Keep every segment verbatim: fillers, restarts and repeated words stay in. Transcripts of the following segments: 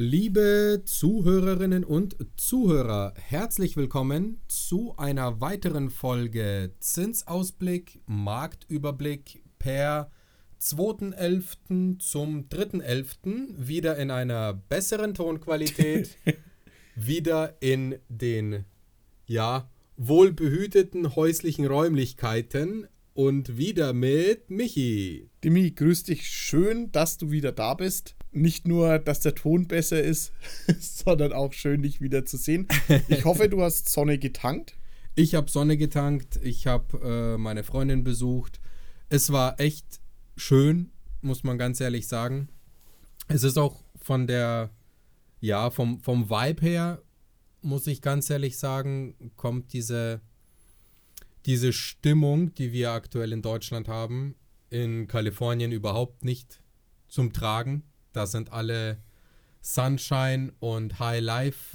Liebe Zuhörerinnen und Zuhörer, herzlich willkommen zu einer weiteren Folge Zinsausblick, Marktüberblick per zweiten elften zum dritten elften Wieder in einer besseren Tonqualität, wieder in den, ja, wohlbehüteten häuslichen Räumlichkeiten und wieder mit Michi. Dimi, grüß dich. Schön, dass du wieder da bist. Nicht nur, dass der Ton besser ist, sondern auch schön, dich wieder zu sehen. Ich hoffe, du hast Sonne getankt. Ich habe Sonne getankt, ich habe äh, meine Freundin besucht. Es war echt schön, muss man ganz ehrlich sagen. Es ist auch von der, ja, vom, vom Vibe her, muss ich ganz ehrlich sagen, kommt diese, diese Stimmung, die wir aktuell in Deutschland haben, in Kalifornien überhaupt nicht zum Tragen. Da sind alle Sunshine und High Life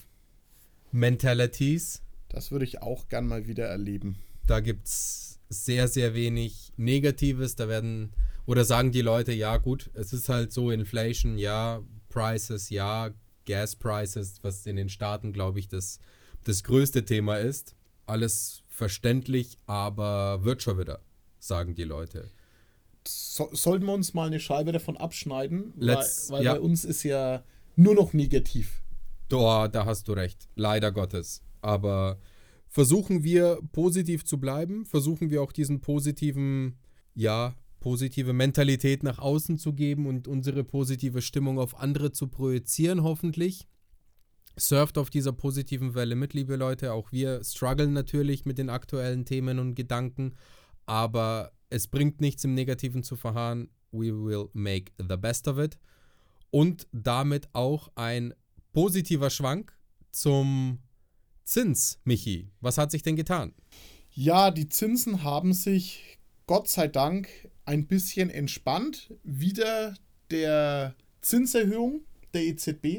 Mentalities. Das würde ich auch gern mal wieder erleben. Da gibt es sehr, sehr wenig Negatives. Da werden, oder sagen die Leute, ja gut, es ist halt so, Inflation, ja, Prices, ja, Gas Prices, was in den Staaten, glaube ich, das, das größte Thema ist. Alles verständlich, aber wird schon wieder, sagen die Leute. So, sollten wir uns mal eine Scheibe davon abschneiden, Let's, weil, weil ja. bei uns ist ja nur noch negativ. Da, da hast du recht, leider Gottes. Aber versuchen wir positiv zu bleiben, versuchen wir auch diesen positiven, ja, positive Mentalität nach außen zu geben und unsere positive Stimmung auf andere zu projizieren, hoffentlich. Surft auf dieser positiven Welle mit, liebe Leute. Auch wir strugglen natürlich mit den aktuellen Themen und Gedanken, aber es bringt nichts, im Negativen zu verharren. We will make the best of it. Und damit auch ein positiver Schwank zum Zins, Michi. Was hat sich denn getan? Ja, die Zinsen haben sich Gott sei Dank ein bisschen entspannt. Wieder der Zinserhöhung der E Z B.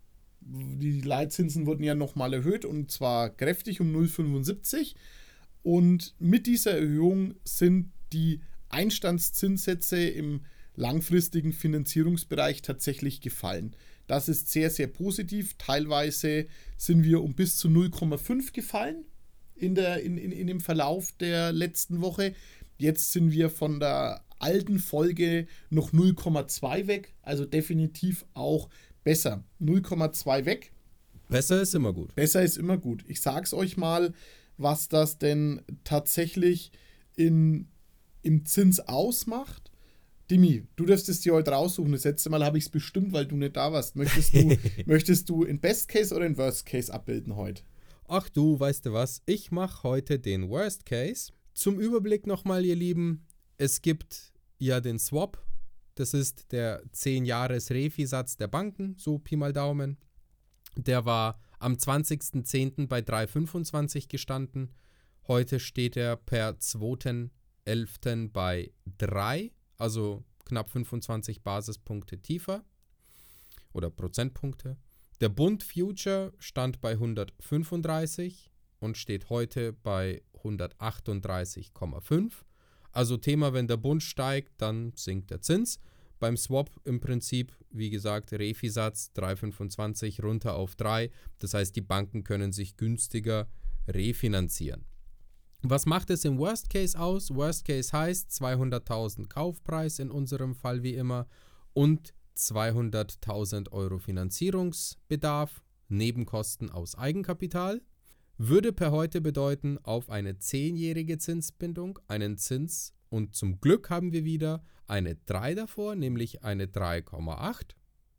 Die Leitzinsen wurden ja nochmal erhöht und zwar kräftig um null Komma fünfundsiebzig. Und mit dieser Erhöhung sind die Einstandszinssätze im langfristigen Finanzierungsbereich tatsächlich gefallen. Das ist sehr, sehr positiv. Teilweise sind wir um bis zu null Komma fünf gefallen in, der, in, in, in dem Verlauf der letzten Woche. Jetzt sind wir von der alten Folge noch null Komma zwei weg, also definitiv auch besser. null Komma zwei weg. Besser ist immer gut. Besser ist immer gut. Ich sag's euch mal, was das denn tatsächlich in, im Zins ausmacht. Dimi, du darfst es dir heute raussuchen. Das letzte Mal habe ich es bestimmt, weil du nicht da warst. Möchtest du, möchtest du in Best Case oder in Worst Case abbilden heute? Ach du, weißt du was? Ich mache heute den Worst Case. Zum Überblick nochmal, ihr Lieben. Es gibt ja den Swap. Das ist der zehn Jahres Refi-Satz der Banken, so Pi mal Daumen. Der war am zwanzigsten zehnten bei drei Komma fünfundzwanzig gestanden. Heute steht er per zweiten elften bei drei, also knapp fünfundzwanzig Basispunkte tiefer oder Prozentpunkte. Der Bund Future stand bei hundertfünfunddreißig und steht heute bei hundertachtunddreißig Komma fünf. Also Thema, wenn der Bund steigt, dann sinkt der Zins. Beim Swap im Prinzip, wie gesagt, Refi-Satz drei Komma fünfundzwanzig runter auf drei. Das heißt, die Banken können sich günstiger refinanzieren. Was macht es im Worst Case aus? Worst Case heißt zweihunderttausend Kaufpreis in unserem Fall wie immer und zweihunderttausend Euro Finanzierungsbedarf, Nebenkosten aus Eigenkapital. Würde per heute bedeuten, auf eine zehnjährige Zinsbindung einen Zins und zum Glück haben wir wieder eine drei davor, nämlich eine drei Komma acht.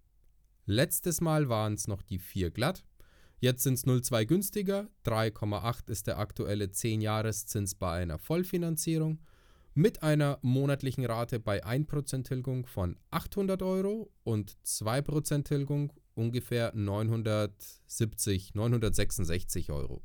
Letztes Mal waren es noch die vier glatt. Jetzt sind es null Komma zwei günstiger. drei Komma acht ist der aktuelle zehn-Jahres-Zins bei einer Vollfinanzierung mit einer monatlichen Rate bei ein Prozent Tilgung von achthundert Euro und zwei Prozent Tilgung ungefähr neunhundertsiebzig, neunhundertsechsundsechzig Euro.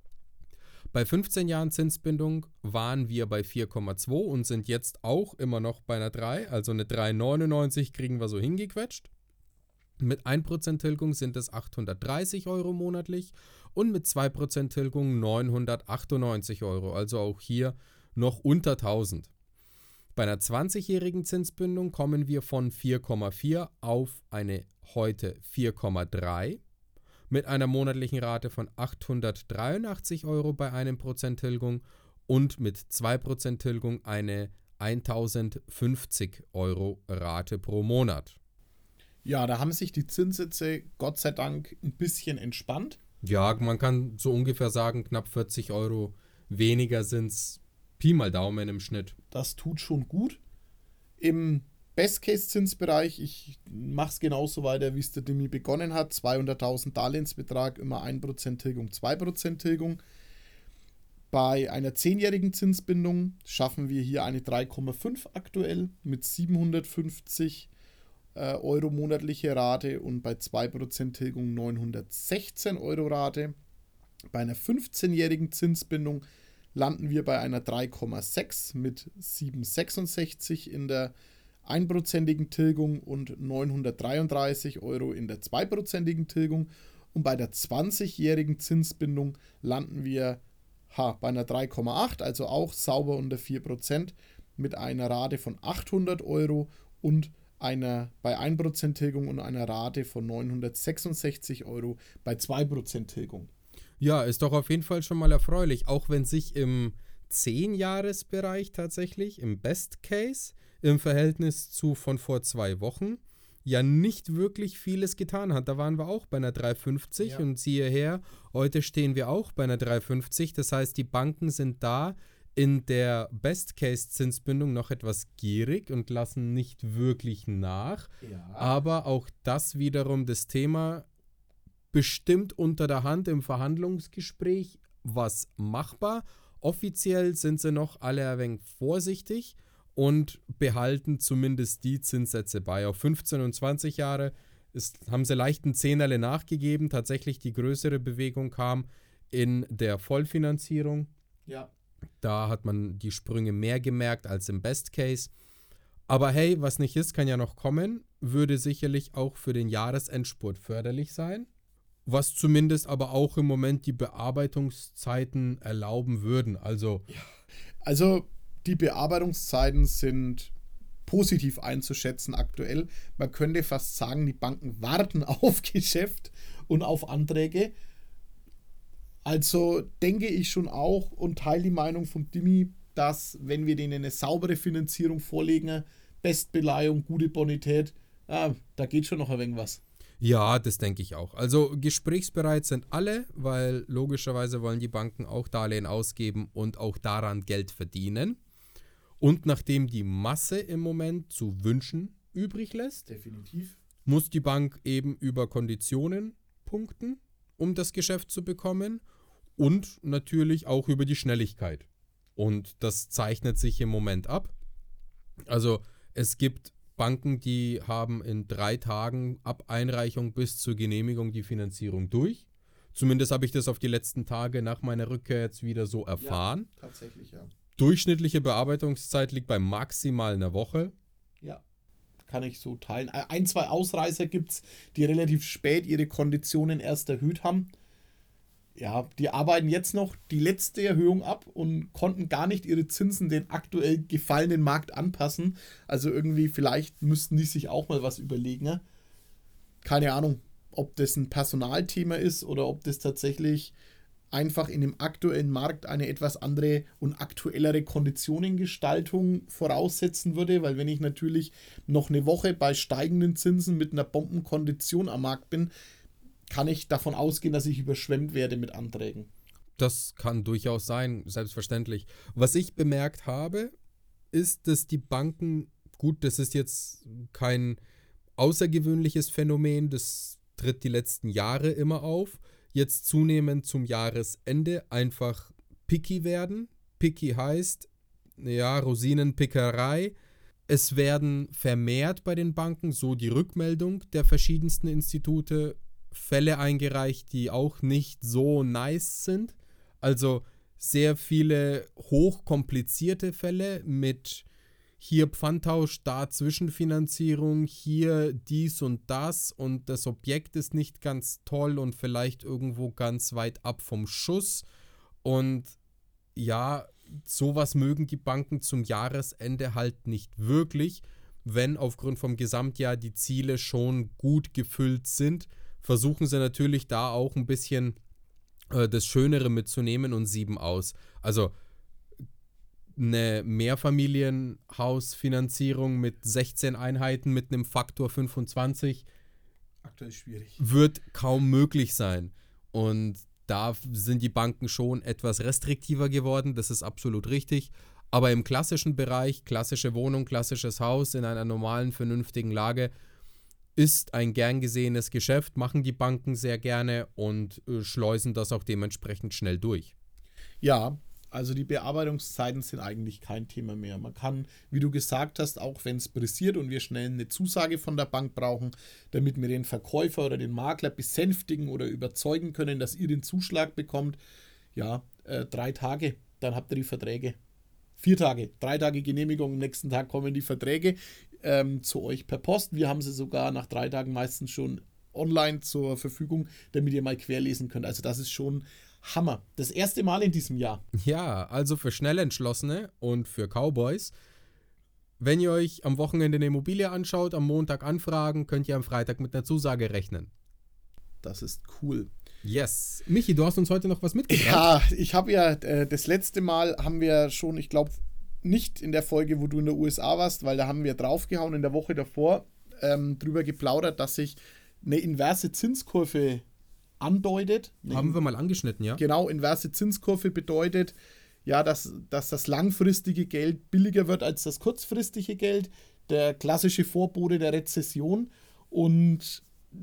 Bei fünfzehn Jahren Zinsbindung waren wir bei vier Komma zwei und sind jetzt auch immer noch bei einer drei, also eine drei Komma neunundneunzig kriegen wir so hingequetscht. Mit ein Prozent Tilgung sind es achthundertdreißig Euro monatlich und mit zwei Prozent Tilgung neunhundertachtundneunzig Euro, also auch hier noch unter tausend. Bei einer zwanzigjährigen Zinsbindung kommen wir von vier Komma vier auf eine heute vier Komma drei mit einer monatlichen Rate von achthundertdreiundachtzig Euro bei einem Prozent Tilgung und mit zwei Prozent Tilgung eine eintausendfünfzig Euro Rate pro Monat. Ja, da haben sich die Zinssätze Gott sei Dank ein bisschen entspannt. Ja, man kann so ungefähr sagen, knapp vierzig Euro weniger sind es Pi mal Daumen im Schnitt. Das tut schon gut. Im Best-Case-Zinsbereich, ich mache es genauso weiter, wie es der Demi begonnen hat, zweihunderttausend Darlehensbetrag, immer ein Prozent Tilgung, zwei Prozent Tilgung. Bei einer zehnjährigen Zinsbindung schaffen wir hier eine drei Komma fünf aktuell mit siebenhundertfünfzig äh, Euro monatliche Rate und bei zwei Prozent Tilgung neunhundertsechzehn Euro Rate. Bei einer fünfzehnjährigen Zinsbindung landen wir bei einer drei Komma sechs mit siebenhundertsechsundsechzig in der einprozentigen Tilgung und neunhundertdreiunddreißig Euro in der zweiprozentigen Tilgung. Und bei der zwanzigjährigen Zinsbindung landen wir ha, bei einer drei Komma acht, also auch sauber unter vier Prozent, mit einer Rate von achthundert Euro und einer bei ein Prozent Tilgung und einer Rate von neunhundertsechsundsechzig Euro bei zwei Prozent Tilgung. Ja, ist doch auf jeden Fall schon mal erfreulich, auch wenn sich im zehn-Jahres-Bereich tatsächlich, im Best Case, im Verhältnis zu von vor zwei Wochen, ja nicht wirklich vieles getan hat. Da waren wir auch bei einer drei Komma fünfzig ja. Und siehe her, heute stehen wir auch bei einer drei Komma fünfzig. Das heißt, die Banken sind da in der Best-Case-Zinsbindung noch etwas gierig und lassen nicht wirklich nach. Ja. Aber auch das wiederum das Thema bestimmt unter der Hand im Verhandlungsgespräch was machbar. Offiziell sind sie noch alle ein wenig vorsichtig und behalten zumindest die Zinssätze bei. Auf fünfzehn und zwanzig Jahre ist, haben sie leicht ein Zehnerle nachgegeben. Tatsächlich die größere Bewegung kam in der Vollfinanzierung. Ja. Da hat man die Sprünge mehr gemerkt als im Best Case. Aber hey, was nicht ist, kann ja noch kommen. Würde sicherlich auch für den Jahresendspurt förderlich sein. Was zumindest aber auch im Moment die Bearbeitungszeiten erlauben würden. Also, ja. also die Bearbeitungszeiten sind positiv einzuschätzen aktuell. Man könnte fast sagen, die Banken warten auf Geschäft und auf Anträge. Also denke ich schon auch und teile die Meinung von Dimi, dass wenn wir denen eine saubere Finanzierung vorlegen, Bestbeleihung, gute Bonität, ja, da geht schon noch ein wenig was. Ja, das denke ich auch. Also gesprächsbereit sind alle, weil logischerweise wollen die Banken auch Darlehen ausgeben und auch daran Geld verdienen. Und nachdem die Masse im Moment zu wünschen übrig lässt, definitiv, muss die Bank eben über Konditionen punkten, um das Geschäft zu bekommen und natürlich auch über die Schnelligkeit. Und das zeichnet sich im Moment ab. Also es gibt Banken, die haben in drei Tagen ab Einreichung bis zur Genehmigung die Finanzierung durch. Zumindest habe ich das auf die letzten Tage nach meiner Rückkehr jetzt wieder so erfahren. Ja, tatsächlich, ja. Durchschnittliche Bearbeitungszeit liegt bei maximal einer Woche. Ja, kann ich so teilen. Ein, zwei Ausreißer gibt es, die relativ spät ihre Konditionen erst erhöht haben. Ja, die arbeiten jetzt noch die letzte Erhöhung ab und konnten gar nicht ihre Zinsen den aktuell gefallenen Markt anpassen. Also irgendwie, vielleicht müssten die sich auch mal was überlegen. Ne? Keine Ahnung, ob das ein Personalthema ist oder ob das tatsächlich einfach in dem aktuellen Markt eine etwas andere und aktuellere Konditionengestaltung voraussetzen würde, weil wenn ich natürlich noch eine Woche bei steigenden Zinsen mit einer Bombenkondition am Markt bin, kann ich davon ausgehen, dass ich überschwemmt werde mit Anträgen. Das kann durchaus sein, selbstverständlich. Was ich bemerkt habe, ist, dass die Banken, gut, das ist jetzt kein außergewöhnliches Phänomen, das tritt die letzten Jahre immer auf, jetzt zunehmend zum Jahresende einfach picky werden. Picky heißt, ja, Rosinenpickerei. Es werden vermehrt bei den Banken, so die Rückmeldung der verschiedensten Institute, Fälle eingereicht, die auch nicht so nice sind. Also sehr viele hochkomplizierte Fälle mit hier Pfandtausch, da Zwischenfinanzierung, hier dies und das und das Objekt ist nicht ganz toll und vielleicht irgendwo ganz weit ab vom Schuss. Und ja, sowas mögen die Banken zum Jahresende halt nicht wirklich. Wenn aufgrund vom Gesamtjahr die Ziele schon gut gefüllt sind, versuchen sie natürlich da auch ein bisschen äh, das Schönere mitzunehmen und sieben aus. Also eine Mehrfamilienhausfinanzierung mit sechzehn Einheiten mit einem Faktor fünfundzwanzig aktuell schwierig. Wird kaum möglich sein. Und da sind die Banken schon etwas restriktiver geworden, das ist absolut richtig. Aber im klassischen Bereich, klassische Wohnung, klassisches Haus in einer normalen, vernünftigen Lage, ist ein gern gesehenes Geschäft, machen die Banken sehr gerne und äh, schleusen das auch dementsprechend schnell durch. Ja, also die Bearbeitungszeiten sind eigentlich kein Thema mehr. Man kann, wie du gesagt hast, auch wenn es pressiert und wir schnell eine Zusage von der Bank brauchen, damit wir den Verkäufer oder den Makler besänftigen oder überzeugen können, dass ihr den Zuschlag bekommt, ja, äh, drei Tage, dann habt ihr die Verträge. Vier Tage, drei Tage Genehmigung, am nächsten Tag kommen die Verträge ähm, zu euch per Post. Wir haben sie sogar nach drei Tagen meistens schon online zur Verfügung, damit ihr mal querlesen könnt. Also das ist schon Hammer. Das erste Mal in diesem Jahr. Ja, also für Schnellentschlossene und für Cowboys. Wenn ihr euch am Wochenende eine Immobilie anschaut, am Montag anfragen, könnt ihr am Freitag mit einer Zusage rechnen. Das ist cool. Yes. Michi, du hast uns heute noch was mitgebracht. Ja, ich habe ja, äh, das letzte Mal haben wir schon, ich glaube, nicht in der Folge, wo du in der U S A warst, weil da haben wir draufgehauen in der Woche davor, ähm, drüber geplaudert, dass sich eine inverse Zinskurve andeutet. Haben wir mal angeschnitten, ja? Genau, inverse Zinskurve bedeutet, ja, dass, dass das langfristige Geld billiger wird als das kurzfristige Geld. Der klassische Vorbote der Rezession. Und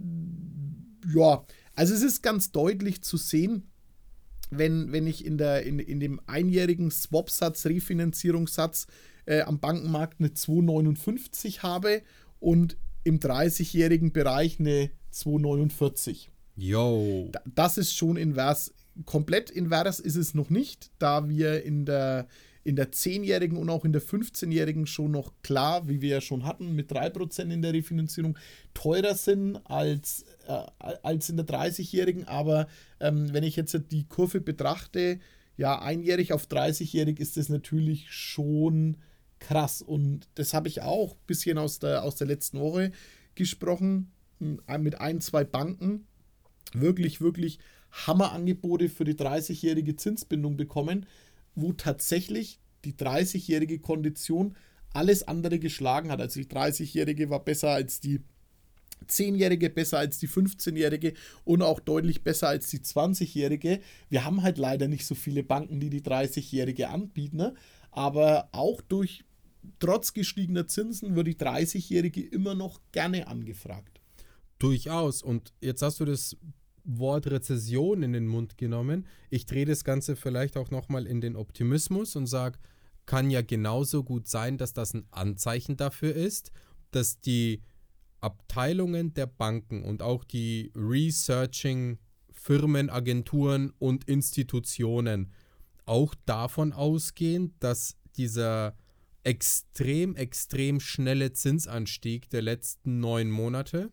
ja, also es ist ganz deutlich zu sehen, wenn, wenn ich in, der, in, in dem einjährigen Swap-Satz, Refinanzierungssatz äh, am Bankenmarkt eine zwei Komma neunundfünfzig habe und im dreißigjährigen Bereich eine zwei Komma neunundvierzig. Yo. Das ist schon invers. Komplett invers ist es noch nicht, da wir in der, in der zehnjährigen und auch in der fünfzehnjährigen schon noch klar, wie wir ja schon hatten, mit drei Prozent in der Refinanzierung teurer sind als, äh, als in der dreißigjährigen. Aber ähm, wenn ich jetzt die Kurve betrachte, ja, einjährig auf dreißigjährig ist das natürlich schon krass. Und das habe ich auch ein bisschen aus der, aus der letzten Woche gesprochen, mit ein, zwei Banken. Wirklich, wirklich Hammerangebote für die dreißigjährige Zinsbindung bekommen, wo tatsächlich die dreißigjährige Kondition alles andere geschlagen hat. Also die dreißigjährige war besser als die zehnjährige, besser als die fünfzehnjährige und auch deutlich besser als die zwanzigjährige. Wir haben halt leider nicht so viele Banken, die die dreißigjährige anbieten, ne? Aber auch durch trotz gestiegener Zinsen wird die dreißigjährige immer noch gerne angefragt. Durchaus. Und jetzt hast du das Wort Rezession in den Mund genommen. Ich drehe das Ganze vielleicht auch nochmal in den Optimismus und sage, kann ja genauso gut sein, dass das ein Anzeichen dafür ist, dass die Abteilungen der Banken und auch die Researching-Firmen, Agenturen und Institutionen auch davon ausgehen, dass dieser extrem, extrem schnelle Zinsanstieg der letzten neun Monate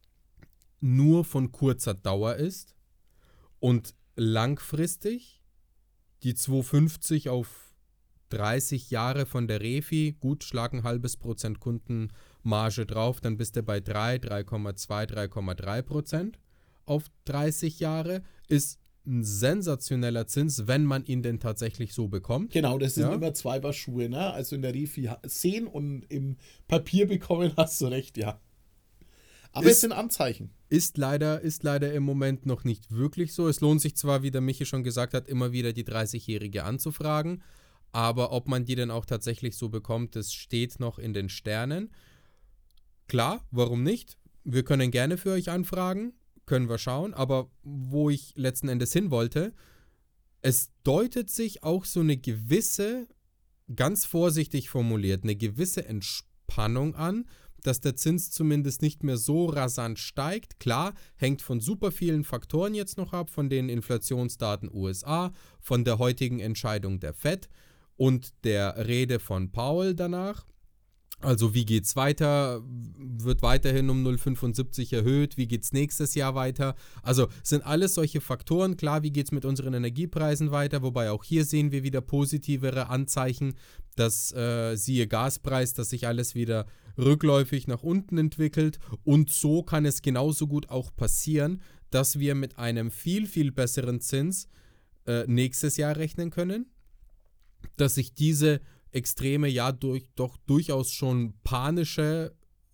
nur von kurzer Dauer ist und langfristig die zwei Komma fünfzig auf dreißig Jahre von der Refi, gut, schlag ein halbes Prozent Kundenmarge drauf, dann bist du bei drei, drei Komma zwei, drei Komma drei Prozent auf dreißig Jahre, ist ein sensationeller Zins, wenn man ihn denn tatsächlich so bekommt. Genau, das sind ja? immer zwei Paar Schuhe, ne? Also in der Refi sehen und im Papier bekommen, hast du recht, ja. Aber ist, es sind Anzeichen. Ist leider, ist leider im Moment noch nicht wirklich so. Es lohnt sich zwar, wie der Michi schon gesagt hat, immer wieder die dreißigjährige anzufragen, aber ob man die denn auch tatsächlich so bekommt, das steht noch in den Sternen. Klar, warum nicht? Wir können gerne für euch anfragen, können wir schauen, aber wo ich letzten Endes hin wollte, es deutet sich auch so eine gewisse, ganz vorsichtig formuliert, eine gewisse Entspannung an, dass der Zins zumindest nicht mehr so rasant steigt. Klar, hängt von super vielen Faktoren jetzt noch ab, von den Inflationsdaten U S A, von der heutigen Entscheidung der Fed und der Rede von Powell danach. Also wie geht's weiter? Wird weiterhin um null Komma fünfundsiebzig erhöht? Wie geht's nächstes Jahr weiter? Also sind alles solche Faktoren. Klar, wie geht's mit unseren Energiepreisen weiter? Wobei auch hier sehen wir wieder positivere Anzeichen, dass äh, siehe Gaspreis, dass sich alles wieder rückläufig nach unten entwickelt. Und so kann es genauso gut auch passieren, dass wir mit einem viel, viel besseren Zins äh, nächstes Jahr rechnen können. Dass sich diese extreme, ja durch, doch durchaus schon panische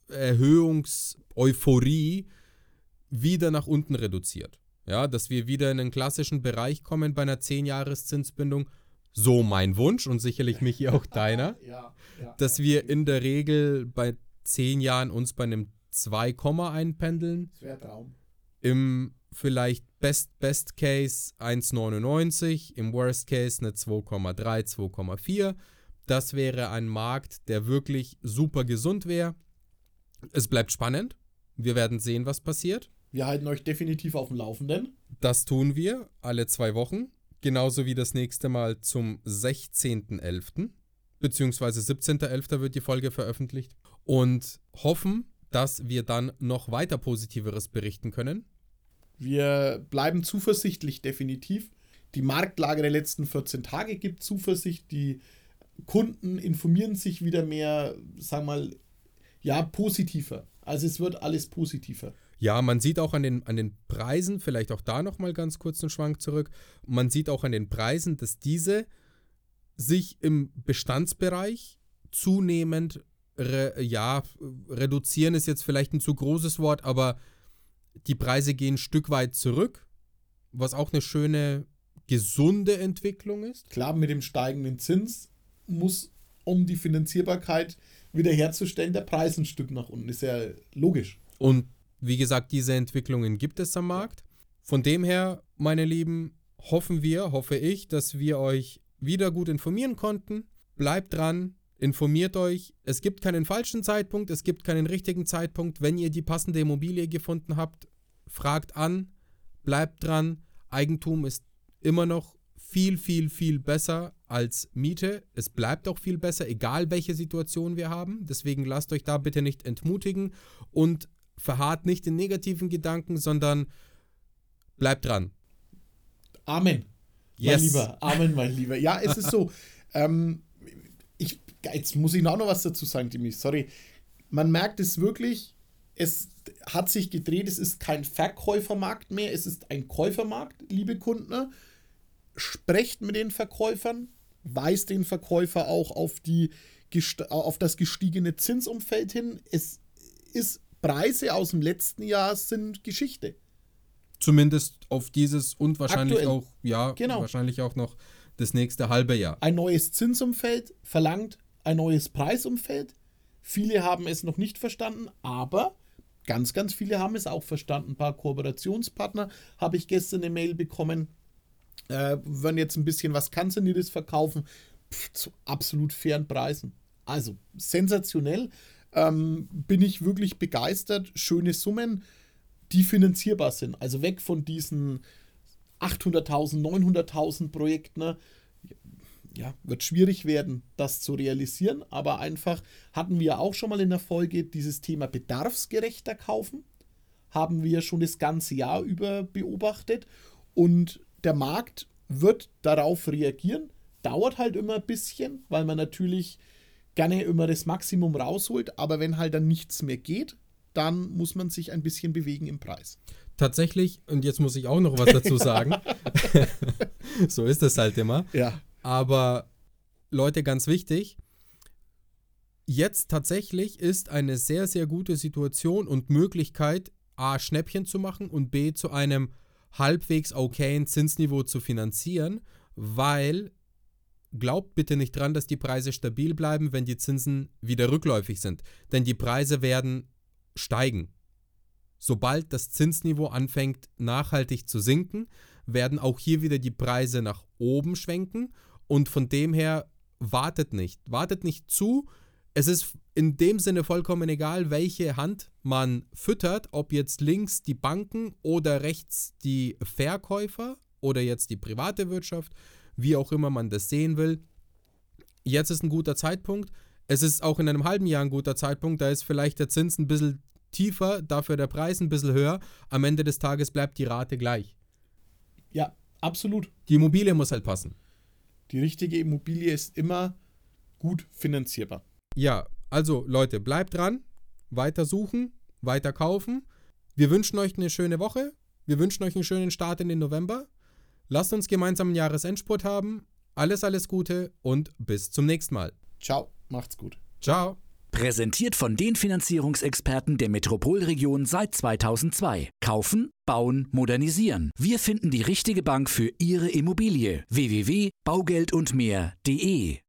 Erhöhungseuphorie wieder nach unten reduziert. Ja, dass wir wieder in einen klassischen Bereich kommen bei einer zehn-Jahres-Zinsbindung. So mein Wunsch und sicherlich Michi auch deiner. ja, ja, dass ja. wir in der Regel bei zehn Jahren uns bei einem zwei, einpendeln. Das wäre Traum. Im vielleicht Best, Best Case eins Komma neunundneunzig, im Worst Case eine zwei Komma drei, zwei Komma vier. Das wäre ein Markt, der wirklich super gesund wäre. Es bleibt spannend. Wir werden sehen, was passiert. Wir halten euch definitiv auf dem Laufenden. Das tun wir alle zwei Wochen. Genauso wie das nächste Mal zum sechzehnten elften beziehungsweise siebzehnten elften wird die Folge veröffentlicht. Und hoffen, dass wir dann noch weiter Positiveres berichten können. Wir bleiben zuversichtlich, definitiv. Die Marktlage der letzten vierzehn Tage gibt Zuversicht. Die Kunden informieren sich wieder mehr, sagen wir mal, ja, positiver. Also es wird alles positiver. Ja, man sieht auch an den, an den Preisen, vielleicht auch da nochmal ganz kurz einen Schwank zurück, man sieht auch an den Preisen, dass diese sich im Bestandsbereich zunehmend re, ja, reduzieren ist jetzt vielleicht ein zu großes Wort, aber die Preise gehen ein Stück weit zurück, was auch eine schöne, gesunde Entwicklung ist. Klar, mit dem steigenden Zins muss, um die Finanzierbarkeit wiederherzustellen, der Preis ein Stück nach unten. Ist ja logisch. Und wie gesagt, diese Entwicklungen gibt es am Markt. Von dem her, meine Lieben, hoffen wir, hoffe ich, dass wir euch wieder gut informieren konnten. Bleibt dran, informiert euch. Es gibt keinen falschen Zeitpunkt, es gibt keinen richtigen Zeitpunkt. Wenn ihr die passende Immobilie gefunden habt, fragt an, bleibt dran. Eigentum ist immer noch viel, viel, viel besser als Miete. Es bleibt auch viel besser, egal welche Situation wir haben. Deswegen lasst euch da bitte nicht entmutigen und verharrt nicht in negativen Gedanken, sondern bleibt dran. Amen. Yes. Mein Lieber. Amen, mein Lieber. Ja, es ist so. ähm, ich, jetzt muss ich auch noch was dazu sagen, Dimi. Sorry. Man merkt es wirklich, es hat sich gedreht. Es ist kein Verkäufermarkt mehr. Es ist ein Käufermarkt, liebe Kunden. Sprecht mit den Verkäufern. Weist den Verkäufer auch auf, die, auf das gestiegene Zinsumfeld hin. Es ist Preise aus dem letzten Jahr sind Geschichte. Zumindest auf dieses und wahrscheinlich Aktuell. auch, ja, Genau. wahrscheinlich auch noch das nächste halbe Jahr. Ein neues Zinsumfeld verlangt ein neues Preisumfeld. Viele haben es noch nicht verstanden, aber ganz, ganz viele haben es auch verstanden. Ein paar Kooperationspartner habe ich gestern eine Mail bekommen, äh, wollen jetzt ein bisschen was Kanzerniertes verkaufen, pff, zu absolut fairen Preisen. Also sensationell. Ähm, bin ich wirklich begeistert. Schöne Summen, die finanzierbar sind. Also weg von diesen achthunderttausend, neunhunderttausend Projekten. Ne? Ja, wird schwierig werden, das zu realisieren. Aber einfach hatten wir auch schon mal in der Folge dieses Thema bedarfsgerechter kaufen. Haben wir schon das ganze Jahr über beobachtet. Und der Markt wird darauf reagieren. Dauert halt immer ein bisschen, weil man natürlich gerne immer das Maximum rausholt, aber wenn halt dann nichts mehr geht, dann muss man sich ein bisschen bewegen im Preis. Tatsächlich, und jetzt muss ich auch noch was dazu sagen, so ist es halt immer, Ja. aber Leute, ganz wichtig, jetzt tatsächlich ist eine sehr, sehr gute Situation und Möglichkeit, A, Schnäppchen zu machen und B, zu einem halbwegs okayen Zinsniveau zu finanzieren, weil glaubt bitte nicht dran, dass die Preise stabil bleiben, wenn die Zinsen wieder rückläufig sind. Denn die Preise werden steigen. Sobald das Zinsniveau anfängt nachhaltig zu sinken, werden auch hier wieder die Preise nach oben schwenken. Und von dem her wartet nicht. Wartet nicht zu. Es ist in dem Sinne vollkommen egal, welche Hand man füttert, ob jetzt links die Banken oder rechts die Verkäufer oder jetzt die private Wirtschaft, wie auch immer man das sehen will. Jetzt ist ein guter Zeitpunkt. Es ist auch in einem halben Jahr ein guter Zeitpunkt, da ist vielleicht der Zins ein bisschen tiefer, dafür der Preis ein bisschen höher. Am Ende des Tages bleibt die Rate gleich. Ja, absolut. Die Immobilie muss halt passen. Die richtige Immobilie ist immer gut finanzierbar. Ja, also Leute, bleibt dran, weiter suchen, weiter kaufen. Wir wünschen euch eine schöne Woche. Wir wünschen euch einen schönen Start in den November. Lasst uns gemeinsam einen Jahresendspurt haben. Alles, alles Gute und bis zum nächsten Mal. Ciao, macht's gut. Ciao. Präsentiert von den Finanzierungsexperten der Metropolregion seit zweitausendzwei. Kaufen, bauen, modernisieren. Wir finden die richtige Bank für Ihre Immobilie. w w w punkt baugeld und mehr punkt de